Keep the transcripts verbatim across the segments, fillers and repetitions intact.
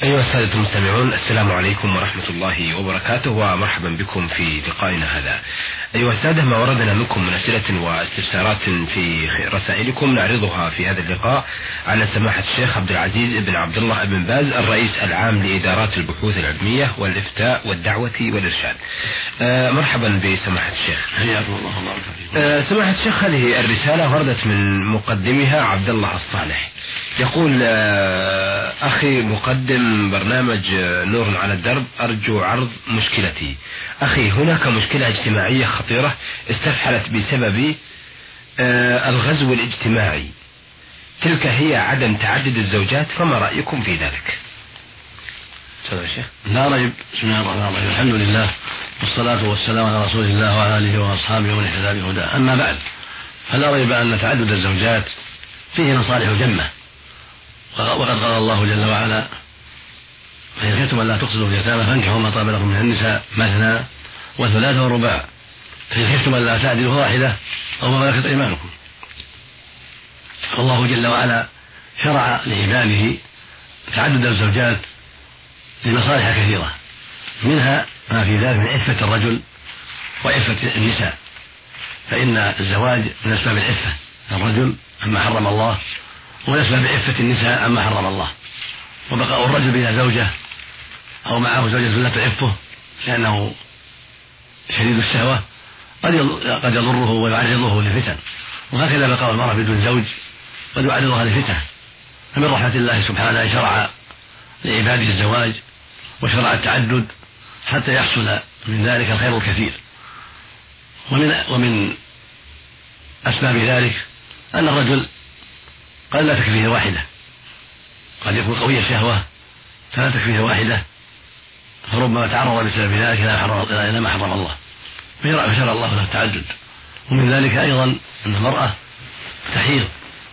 أيها السادة المستمعون، السلام عليكم ورحمة الله وبركاته، ومرحبا بكم في لقائنا هذا. أيها السادة، ما وردنا منكم من أسئلة واستفسارات في رسائلكم نعرضها في هذا اللقاء على سماحة الشيخ عبد العزيز بن عبد الله بن باز، الرئيس العام لإدارات البحوث العلمية والإفتاء والدعوة والإرشاد. آه مرحبا بسماحة الشيخ. حياكم الله وبارك فيكم. آه سماحة الشيخ، هذه الرسالة وردت من مقدمها عبد الله الصالح، يقول: آه أخي مقدم برنامج نور على الدرب، أرجو عرض مشكلتي. أخي، هناك مشكلة اجتماعية خطيرة استفحلت بسبب آه الغزو الاجتماعي، تلك هي عدم تعدد الزوجات، فما رأيكم في ذلك؟ تفضل يا شيخ. لا ريب. بسم الله الرحمن الرحيم، الحمد لله والصلاة والسلام على رسول الله وعلى آله وأصحابه ومن اهتدى بهداه. أما بعد، فلا ريب أن تعدد الزوجات فيه مصالح جمة، وقد قال الله جل وعلا: فإن خفتم ألا تقسطوا في اليتامى فانكحوا ما طاب لكم من النساء مثنى وثلاث ورباع، فإن خفتم ألا تعدلوا واحدة أو ما ملكت أيمانكم. فالله جل وعلا شرع لعباده تعدد الزوجات لمصالح كثيرة، منها ما في ذلك من عفة الرجل وعفة النساء، فإن الزواج من أسباب العفة الرجل عما حرم الله، ومن أسباب عفة النساء عما حرم الله. وبقاء الرجل بلا زوجة أو معه زوجة لا تعفه لأنه شديد الشهوة قد يضره ويعرضه لفتن، وهكذا بقاء المرأة بدون زوج قد يعرضها لفتن. فمن رحمة الله سبحانه شرع لعباده الزواج وشرع التعدد حتى يحصل من ذلك الخير الكثير. ومن, ومن أسباب ذلك أن الرجل قد لا تكفيه واحدة، قد يكون قوي الشهوة فلا تكفيه واحدة، فربما تعرض بسبب ذلك إلى ما حرم الله، فشرع الله له التعدد. ومن ذلك أيضا أن المرأة تحيض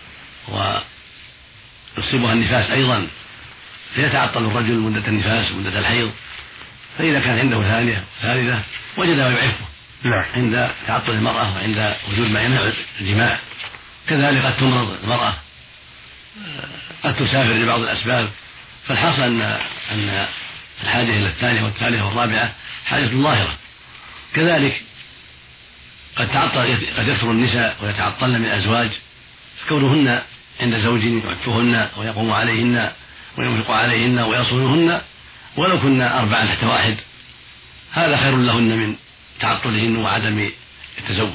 ويصيبها النفاس أيضا، فيتعطل الرجل مدة النفاس ومدة الحيض، فإذا كان عنده ثانية ثالثة وجد ما يعفه عند تعطل المرأة وعند وجود ما يمنع الجماع. كذلك قد تمرض المرأة، قد تسافر لبعض الأسباب، فالحاصل أن أن الحاجة إلى الثانية والثالثة والرابعة حاجة ظاهرة. كذلك قد تعطل قد يكثر النساء ويتعطلن من أزواج، فكونهن عند زوج يعفهن ويقوم عليهن وينفق عليهن ويصونهن ولو كنا أربعا تحت واحد، هذا خير لهن من تعطلهن وعدم التزوج.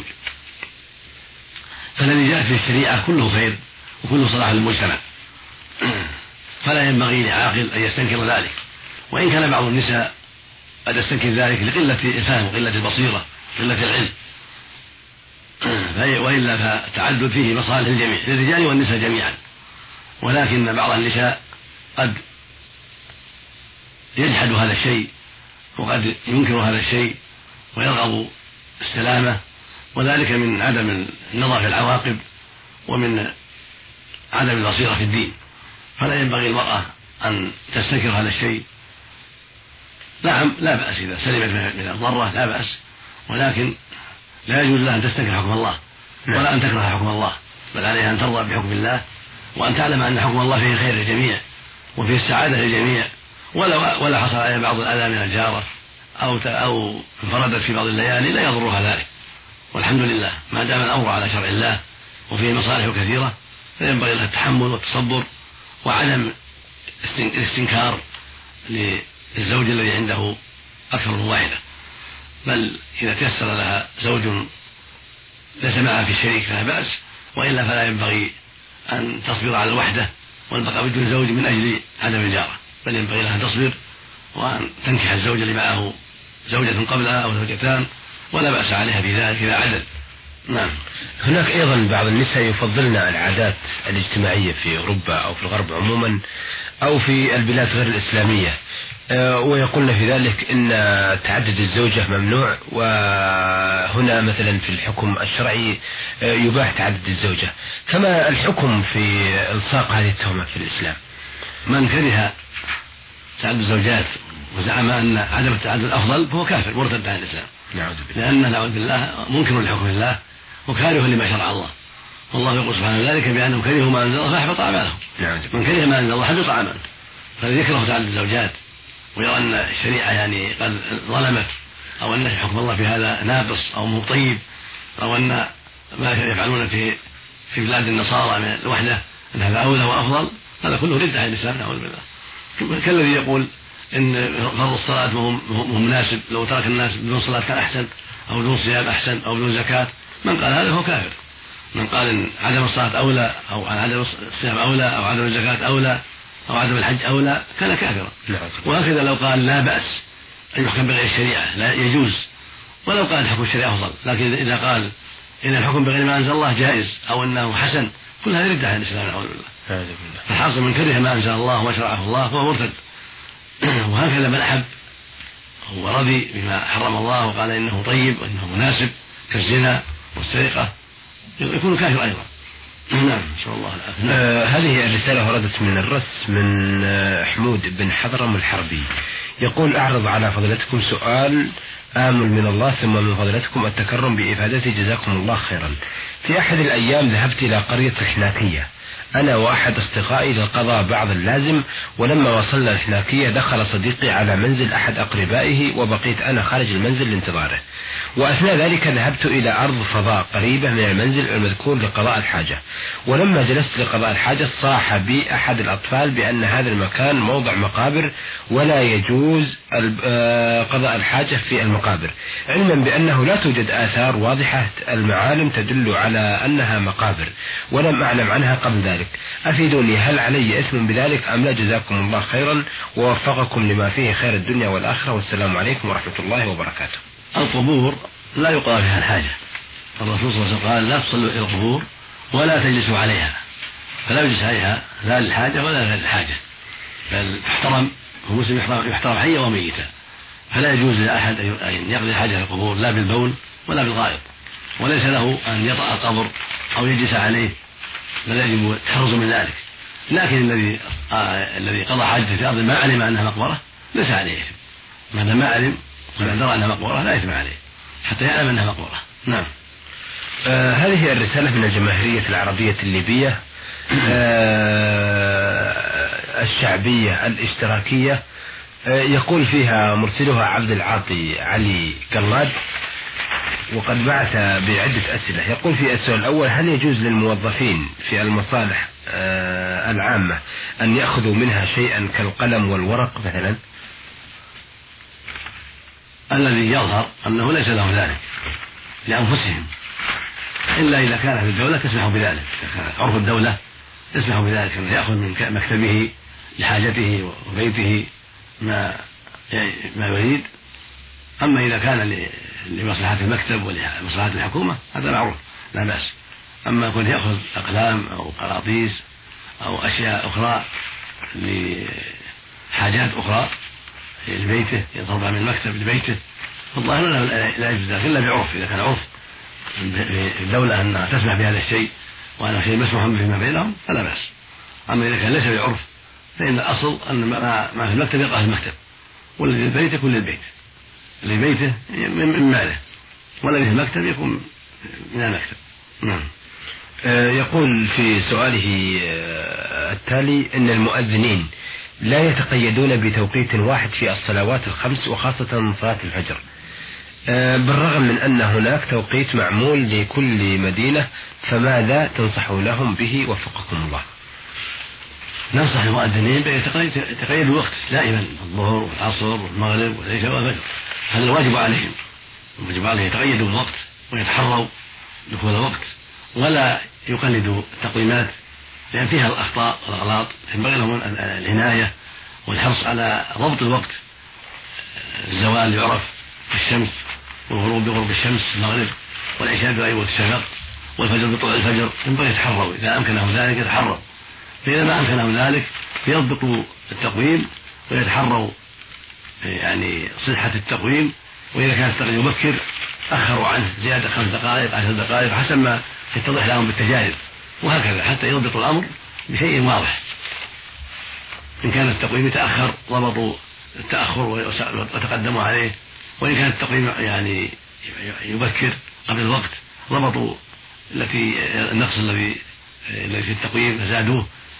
فالذي جاء في الشريعة كله خير وكله صلاح للمجتمع، فلا ينبغي لعاقل أن يستنكر ذلك، وإن كان بعض النساء قد يستنكر ذلك لقلة الفهم وقلة البصيرة وقلة العلم، وإلا فالتعدد فيه مصالح للجميع للرجال والنساء جميعا. ولكن بعض النساء قد يجحد هذا الشيء وقد ينكر هذا الشيء ويرغب السلامة، وذلك من عدم النظر في العواقب ومن عدم البصيرة في الدين. فلا ينبغي المرأة أن تستنكر هذا الشيء. نعم لا بأس إذا سلمت من الضرة لا بأس، ولكن لا يجوز لها أن تستنكر حكم الله ولا أن تكره حكم الله، بل عليها أن ترضى بحكم الله وأن تعلم أن حكم الله فيه الخير للجميع وفيه السعادة للجميع. ولا ولا حصل عليها بعض الأذى من الجارة أو أو انفردت في بعض الليالي لا يضرها ذلك، والحمد لله ما دام الأمر على شرع الله وفيه مصالح كثيرة، فينبغي لها التحمل والتصبر وعدم الاستنكار للزوج الذي عنده أكثر من واحدة. بل إذا تيسر لها زوج ليس معها في شريك فلا بأس، وإلا فلا ينبغي أن تصبر على الوحدة والبقاء بدون زوج من أجل عدم الجارة، بل ينبغي لها أن تصبر وأن تنكح الزوج اللي معه زوجة قبلها أو زوجتان، ولا بأس عليها في ذلك إذا عدل. نعم. هناك أيضا بعض النساء يفضلن العادات الاجتماعية في أوروبا أو في الغرب عموما أو في البلاد غير الإسلامية، ويقولن في ذلك إن تعدد الزوجة ممنوع، وهنا مثلا في الحكم الشرعي يباح تعدد الزوجة، فما الحكم في إلصاق هذه التهمة في الإسلام؟ من كره تعدد الزوجات وزعم أن عدم التعدد أفضل فهو كافر مرتد عن الإسلام، نعوذ بالله، لأنه نعوذ بالله منكر لحكم الله وكاره لما شرع الله. والله يقول سبحانه ذلك بأنهم كرهوا ما أنزل الله فأحبط أعمالهم. من كره ما أنزل الله حبط أعماله. فالذي يكره تعدد الزوجات ويرى أن الشريعة يعني قد ظلمت أو أن حكم الله في هذا ناقص أو مو طيب أو أن ما يفعلون في في بلاد النصارى من الوحدة أن هذا أولى وأفضل، هذا كله ردة عن الإسلام نعوذ بالله. كالذي يقول إن فرض الصلاة مو مناسب، لو ترك الناس بدون صلاة كان أحسن، أو بدون صيام أحسن، أو بدون زكاة. من قال هذا هو كافر. من قال إن عدم الصلاة أولى أو عدم الصيام أولى أو عدم الزكاة أولى أو عدم الحج أولى كان كافرا. وهكذا لو قال لا بأس أن يحكم بغير الشريعة لا يجوز، ولو قال حكم الشريعة أفضل، لكن إذا قال إن الحكم بغير ما أنزل الله جائز أو أنه حسن كل هذا يرد عن الإسلام نعوذ بالله. فالحاصل من كره ما أنزل الله وشرعه الله فهو مرتد. وهكذا من أحب هو رضي بما حرم الله وقال إنه طيب وإنه مناسب كالزنا والسرقة يكون كافر أيضا. نعم نسأل الله العافية. آه هذه الرسالة وردت من الرس من آه حمود بن حضرم الحربي، يقول أعرض على فضلتكم سؤال آمل من الله ثم من فضلتكم التكرم بإفادتي جزاكم الله خيرا. في أحد الأيام ذهبت إلى قرية الحناكية أنا وأحد أصدقائي للقضاء بعض اللازم، ولما وصلنا الحناكية دخل صديقي على منزل أحد أقربائه وبقيت أنا خارج المنزل لانتظاره، وأثناء ذلك ذهبت إلى أرض فضاء قريبة من المنزل المذكور لقضاء الحاجة، ولما جلست لقضاء الحاجة صاح بي أحد الأطفال بأن هذا المكان موضع مقابر ولا يجوز قضاء الحاجة في المقابر، علما بأنه لا توجد آثار واضحة المعالم تدل على أنها مقابر ولم أعلم عنها قبل ذلك. أفيدوني هل علي إثم بذلك أم لا؟ جزاكم الله خيرا ووفقكم لما فيه خير الدنيا والآخرة، والسلام عليكم ورحمة الله وبركاته. القبور لا يقضى فيها الحاجة، الرسول صلى الله عليه وسلم قال لا تصلوا إلى القبور ولا تجلسوا عليها، فلا يجلس عليها لا للحاجة ولا غير الحاجة، بل يحترم المسلم يحترم حيا وميتا، فلا يجوز لأحد أن يقضي حاجة في القبور لا بالبول ولا بالغائط، وليس له أن يطأ القبر أو يجلس عليه، بل يجب التحرز من ذلك. لكن الذي آه الذي قضى حاجته في أرض ما علم أنها مقبرة ليس عليه إثم، ما دام ما علم وما درى أنها مقبرة لا إثم عليه حتى يعلم أنها مقبرة. نعم. آه هذه الرسالة من الجماهيرية العربية الليبية آه الشعبية الاشتراكية، آه يقول فيها مرسلها عبد العاطي علي قلاد، وقد بعث بعدة أسئلة. يقول في السؤال الأول: هل يجوز للموظفين في المصالح آه العامة أن يأخذوا منها شيئا كالقلم والورق مثلا؟ الذي يظهر أنه ليس له ذلك لأنفسهم، إلا إذا كانت الدولة تسمح بذلك، عرف الدولة تسمح بذلك أن يأخذ من مكتبه لحاجته وبيته ما ما يريد. أما إذا كان لمصلحة المكتب ولمصلحة الحكومة هذا معروف لا بأس. أما يكون يأخذ أقلام أو قراطيس أو أشياء أخرى لحاجات أخرى لبيته يطلبها من المكتب لبيته فالله لا يجوز ذلك إلا بعرف، إذا كان عرف الدولة أنها تسمح بهذا الشيء وأنه شيء مسموح به فيما بينهم فلا بأس. أما إذا كان ليس بعرف فإن الأصل أن ما في المكتب يقع في المكتب، والذي في البيت يكون للبيت، اللي بيته من ماله، والذي في المكتب يكون من المكتب. نعم. يقول في سؤاله التالي أن المؤذنين لا يتقيدون بتوقيت واحد في الصلوات الخمس وخاصة صلاة الفجر، بالرغم من أن هناك توقيت معمول لكل مدينة، فماذا تنصحونهم به وفقكم الله؟ ننصح المؤذنين بيتقيدوا الوقت دائما، الظهر والعصر والمغرب والعشاء والفجر، هذا الواجب عليهم، الواجب عليهم يتقيدوا بالوقت ويتحروا دخول الوقت ولا يقلدوا التقويمات لأن فيها الأخطاء والأغلاط. ينبغي لهم العناية والحرص على ضبط الوقت. الزوال يعرف بالشمس، والغروب بغروب الشمس المغرب، والعشاء بغيب الشفق، والفجر بطلوع الفجر. ينبغي يتحروا إذا أمكنهم ذلك يتحروا، فإذا ما أمكنهم ذلك يضبطوا التقويم ويتحروا يعني صحة التقويم، وإذا كان التقويم مبكر أخروا عنه زيادة خمس دقائق عشر دقائق حسب ما يتضح لهم بالتجارب، وهكذا حتى يضبطوا الأمر بشيء واضح. إن كان التقويم يتأخر ضبطوا التأخر وتقدموا عليه، وإن كان التقويم يعني يبكر قبل الوقت ضبطوا التي النقص الذي الذي في التقويم فزادوه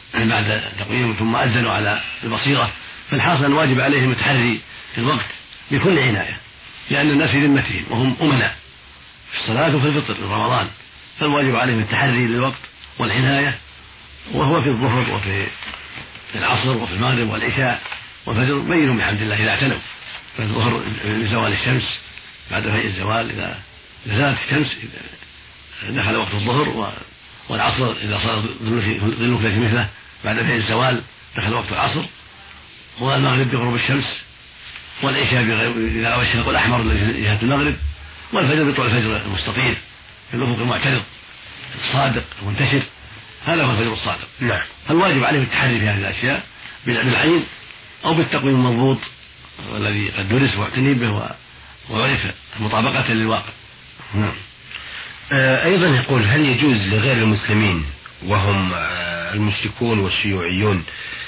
بعد تقويم ثم أذنوا على البصيرة، فالحاصل أن واجب عليهم التحري في الوقت بكل عناية، لأن الناس في ذمتهم وهم أمناء في الصلاة وفي الفطر من رمضان، فالواجب عليهم التحري للوقت والعناية، وهو في الظهر وفي العصر وفي المغرب والعشاء والفجر بينهم بحمد الله إذا اعتنوا. فالظهر لزوال الشمس بعد فيء الزوال إذا زالت الشمس دخل وقت الظهر، والعصر إذا صار ظل كلة مثله بعد فيء الزوال دخل وقت العصر، والمغرب بغروب الشمس، والعشاء إذا غاب الشفق الأحمر الذي جهة المغرب، والفجر بطلوع الفجر المستطيل في الأفق المعترض الصادق المنتشر، هذا هو الفجر الصادق. نعم. فالواجب عليه التحري في هذه الأشياء بالعين أو بالتقويم المضبوط والذي قد درس واعتني به وعرف مطابقة للواقع. نعم. أيضا يقول: هل يجوز لغير المسلمين وهم المشركون والشيوعيون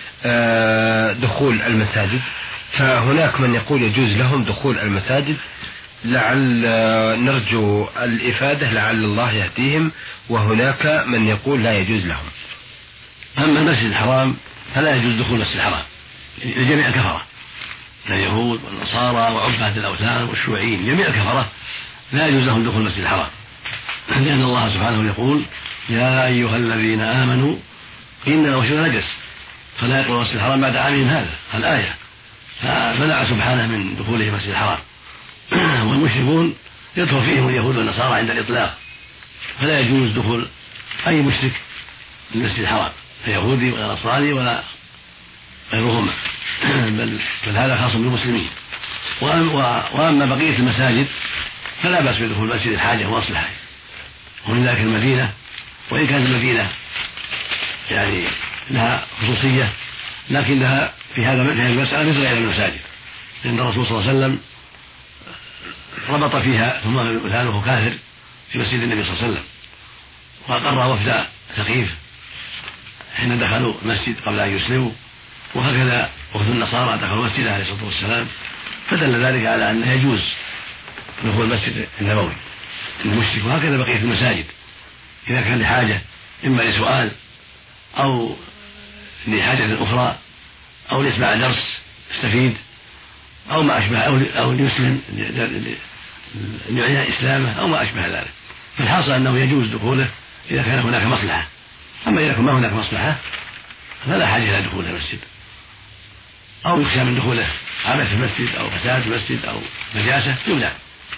دخول المساجد؟ فهناك من يقول يجوز لهم دخول المساجد، لعل نرجو الإفادة لعل الله يهديهم، وهناك من يقول لا يجوز لهم. أما المسجد الحرام فلا يجوز دخول المسجد الحرام لجميع الكفرة من اليهود والنصارى وعباد الأوثان والشيوعيين، جميع الكفرة لا يجوز لهم دخول المسجد الحرام، لأن الله سبحانه يقول: يا أيها الذين آمنوا إنما الشرك نجس فلا يقربوا المسجد الحرام بعد عامهم هذا الآية، فمنع سبحانه من دخوله المسجد الحرام. والمشركون يدخل فيهم اليهود والنصارى عند الإطلاق، فلا يجوز دخول أي مشرك للمسجد الحرام، يهودي ولا نصراني ولا غيرهما، بل, بل هذا خاص بالمسلمين. وأما بقية المساجد فلا بأس بدخول المسجد الحاجة ومصلحة، ومن ذلك المدينة، وإن كانت المدينة يعني لها خصوصية لكنها في هذا في هذه المسألة مثل غير المساجد، لأن الرسول صلى الله عليه وسلم ربط فيها ثم لسانه كافر في مسجد النبي صلى الله عليه وسلم، وأقر وفد ثقيف حين دخلوا المسجد قبل أن يسلموا، وهكذا وفد النصارى دخلوا المسجد عليه الصلاة والسلام، فدل ذلك على أنه يجوز دخول المسجد النبوي المشرك، وهكذا بقية المساجد إذا كان لحاجة إما لسؤال أو لحاجة أخرى أو ليسمع درس يستفيد أو ما أشبه أو, أو ليسلم ليعلن إسلامه أو ما أشبه ذلك. فالحاصل أنه يجوز دخوله إذا كان هناك مصلحة، أما إذا كان ما هناك مصلحة فلا حاجة إلى دخول المسجد، أو يخشى من دخوله عبث في المسجد أو فساد في المسجد أو نجاسة يمنع.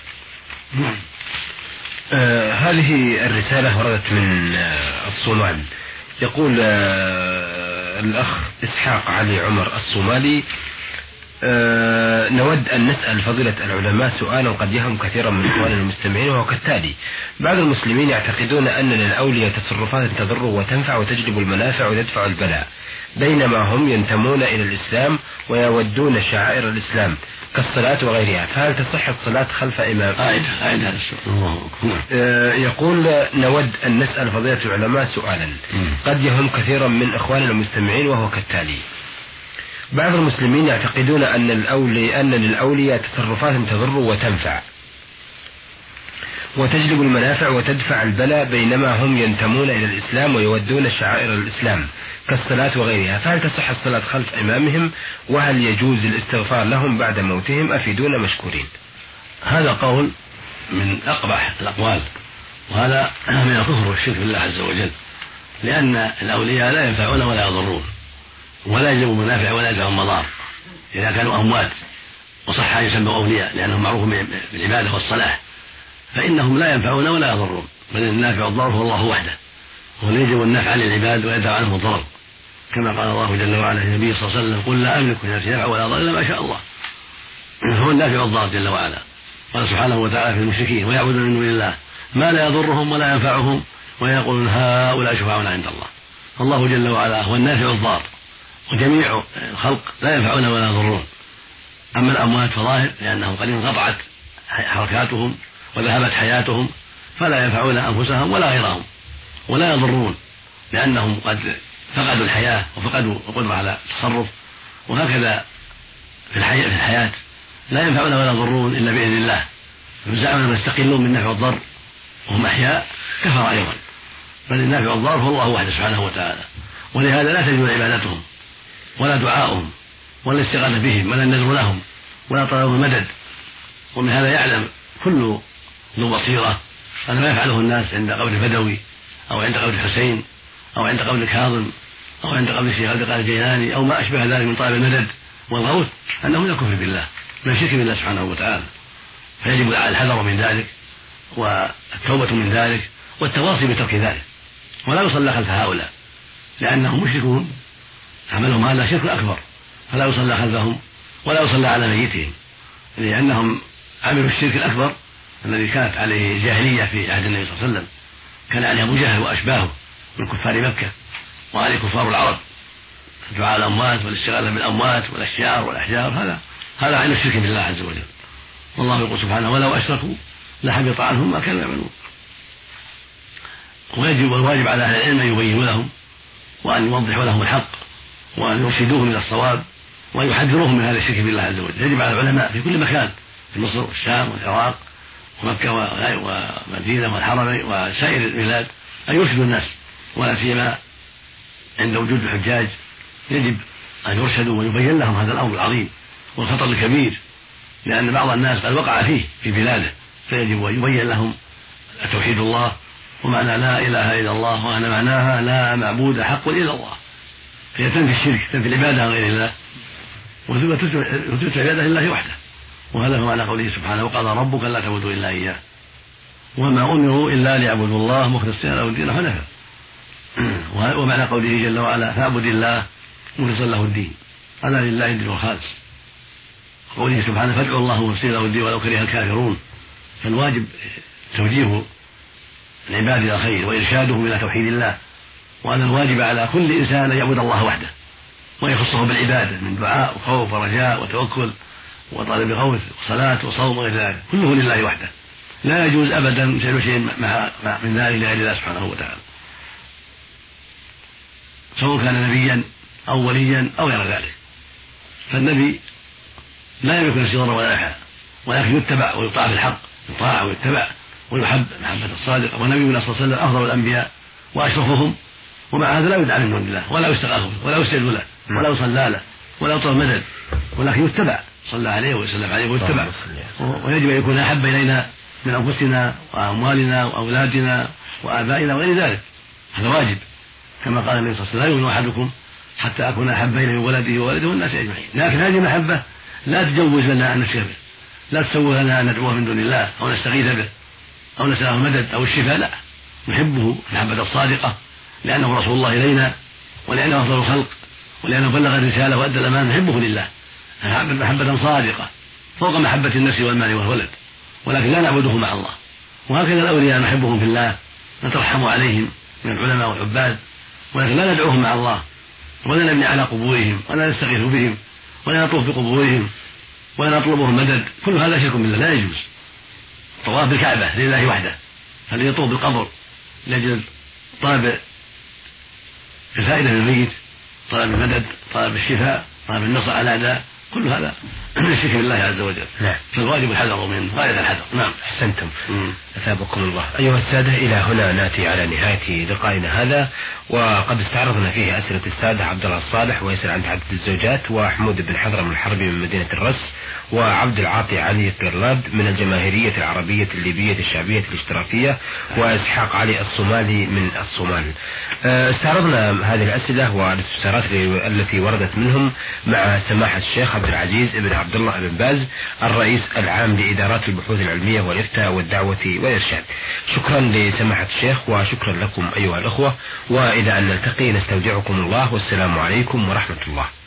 آه هذه الرسالة وردت من آه الصومال. يقول آه الأخ إسحاق علي عمر الصومالي: أه نود أن نسأل فضيلة العلماء سؤالا قد يهم كثيرا من إخواننا المستمعين، وهو كالتالي: بعض المسلمين يعتقدون أن للأولياء تصرفات تضر وتنفع وتجلب المنافع وتدفع البلاء، بينما هم ينتمون إلى الإسلام ويودون شعائر الإسلام كالصلاة وغيرها، فهل تصح الصلاة خلف إمام؟ آية آية أه يقول: نود أن نسأل فضيلة العلماء سؤالا قد يهم كثيرا من إخواننا المستمعين، وهو كالتالي: بعض المسلمين يعتقدون أن الأولي أن للأولياء تصرفات تضر وتنفع وتجلب المنافع وتدفع البلاء، بينما هم ينتمون إلى الإسلام ويودون شعائر الإسلام كالصلاة وغيرها، فهل تصح الصلاة خلف إمامهم؟ وهل يجوز الاستغفار لهم بعد موتهم؟ أفيدونا مشكورين. هذا قول من أقبح الأقوال، وهذا من الكفر والشرك بالله عز وجل، لأن الأولياء لا ينفعون ولا يضرون ولا يجلبوا منافع ولا يدفعوا مضار إذا كانوا أموات، وصح أن يسموا أولياء لأنهم معروفون بالعبادة والصلاح، فإنهم لا ينفعون ولا يضرون، بل النافع والضار هو الله وحده، هو اللي يجب النفع للعباد ويدفع عنهم الضرر، كما قال الله جل وعلا للنبي صلى الله عليه وسلم: قل لا أملك لنفسي نفعا ولا ضرا إلا ما شاء الله. هو النافع والضار جل وعلا. قال سبحانه وتعالى في المشركين: ويعبدون من دون الله ما لا يضرهم ولا ينفعهم ويقولون هؤلاء شفعاؤنا عند الله. الله جل وعلا هو النافع والضار، وجميع الخلق لا ينفعون ولا يضرون. أما الأموات فظاهر لأنهم قد انقطعت حركاتهم وذهبت حياتهم، فلا ينفعون أنفسهم ولا غيرهم ولا يضرون، لأنهم قد فقدوا الحياة وفقدوا القدرة على التصرف. وهكذا في الحياة, في الحياة لا ينفعون ولا يضرون إلا بإذن الله، فزعموا أنهم يستقلون من نفع والضر وهم أحياء كفر أيضا، بل النافع والضار هو الله وحده سبحانه وتعالى، ولهذا لا تجوز عبادتهم ولا دعاؤهم ولا الاستغاثة بهم ولا النذر لهم ولا طلب المدد. ومن هذا يعلم كل ذو بصيرة أن ما يفعله الناس عند قبر بدوي أو عند قبر حسين أو عند قبر كاظم أو عند قبر الشيخ عبد القادر الجيلاني أو ما أشبه ذلك من طلب المدد والغوث أنه من الكفر بالله، من الشرك بالله سبحانه وتعالى. فيجب الحذر من ذلك والتوبة من ذلك والتواصي بترك ذلك، ولا يصلى خلف هؤلاء لأنهم مشركون عملهم هذا شرك أكبر، فلا يصلى خلفهم ولا يصلى على ميتهم، لأنهم عملوا الشرك الأكبر الذي كانت عليه الجاهلية في عهد النبي صلى الله عليه وسلم، كان عليه أبو جهل وأشباهه من كفار مكة وعليه كفار العرب، دعاء الأموات والاستغاثة بالأموات والأشجار والأحجار، هذا هذا عين الشرك بالله عز وجل. والله يقول سبحانه ولو أشركوا لحبط عنهم ما كانوا يعملون. ويجب والواجب على أهل العلم أن يبينوا لهم وأن يوضحوا لهم الحق وأن يرشدوهم إلى الصواب وأن يحذروهم من هذا الشرك بالله عز وجل. يجب على العلماء في كل مكان في مصر والشام والعراق ومكة ومدينة والحرمين وسائر البلاد أن يرشدوا الناس، ولا سيما عند وجود الحجاج يجب أن يرشدوا ويبين لهم هذا الأمر العظيم والخطر الكبير، لأن بعض الناس قد وقع فيه في بلاده، فيجب أن يبين لهم توحيد الله ومعنى لا إله إلا الله وأن معناها لا معبود حق إلا الله، فهي تنفي الشرك، تنفي العبادة غير الله وتثبت العبادة لله وحده. وهذا هو معنى قوله سبحانه وقضى ربك لا تعبدوا إلا إياه وما أمروا إلا ليعبدوا الله مخلصين له الدين حنفاء. ومعنى قوله جل وعلا فاعبد الله مخلصا له الدين ألا لله الدين الخالص. قوله سبحانه فادعوا الله مخلصين له الدين ولو كره الكافرون. فالواجب توجيه العباد إلى الخير وإرشادهم إلى توحيد الله، وأن الواجب على كل إنسان أن يعبد الله وحده ويخصه بالعبادة من دعاء وخوف ورجاء وتوكل وطلب غوث وصلاة وصوم وغير ذلك، كله لله وحده، لا يجوز أبدا فعل شيء من ذلك لغير الله سبحانه وتعالى، سواء كان نبيا أو وليا أو غير ذلك. فالنبي لا يملك نفسه ضرا ولا نفعا، ولكن يتبع ويطاع بالحق، يطاع ويتبع ويحب محبة الصادق. ونبينا صلى الله عليه وسلم أفضل الأنبياء وأشرفهم، ومع هذا لا يدعى من دون الله ولا يستغاث به ولا يسجد له ولا يصلى له ولا يطلب مدد، ولكن يتبع، صلى عليه وسلم عليه ويتبع. ويجب أن يكون أحب إلينا من أنفسنا وأموالنا وأولادنا وآبائنا وغير ذلك، هذا واجب، كما قال النبي صلى الله عليه وسلم لا يؤمن أحدكم حتى أكون أحب إليه من ولده وولده والناس أجمعين. لكن هذه المحبة لا تجوز لنا أن نشرك به، لا تسوغ لنا أن ندعوه من دون الله أو نستغيث به أو نسأله المدد أو الشفاء، لا، نحبه المحبة الصادقة لأنه رسول الله إلينا ولأنه أفضل الخلق ولأنه بلغ الرسالة وأدى الأمانة، نحبه لله محبة صادقة فوق محبة النفس والمال والولد، ولكن لا نعبده مع الله. وهكذا الأولياء نحبهم في الله، نترحم عليهم من العلماء والعباد، ولكن لا ندعوهم مع الله ولا نبني على قبورهم ولا نستغيث بهم ولا نطوف بقبورهم ولا نطلبهم مدد، كل هذا شرك بالله لا يجوز. طواف بالكعبة لله وحده، هل يطوف بالقبر لأجل طلب الفائدة من الميت، طلب المدد، طلب الشفاء، طلب النصر على أعداء، كل هذا من الشرك بالله عز وجل. نعم. فالواجب الحذر منه غاية الحذر. نعم. أحسنتم. أثابكم الله. أيها السادة، إلى هنا نأتي على نهاية لقائنا هذا، وقد استعرضنا فيه أسئلة السادة عبد الله الصالح ويسأل عن تعدد الزوجات، وحمود بن حضرم الحربي من مدينة الرس، وعبد العاطي علي قرلاد من الجماهيرية العربية الليبية الشعبية الاشتراكية، وإسحاق علي الصومالي من الصومال. استعرضنا هذه الأسئلة والاستفسارات التي وردت منهم مع سماحة الشيخ عبد العزيز بن عبد الله بن باز الرئيس العام لإدارات البحوث العلمية والإفتاء والدعوة والإرشاد. شكرا لسماحة الشيخ وشكرا لكم أيها الأخوة، وإلى أن نلتقي نستودعكم الله، والسلام عليكم ورحمة الله.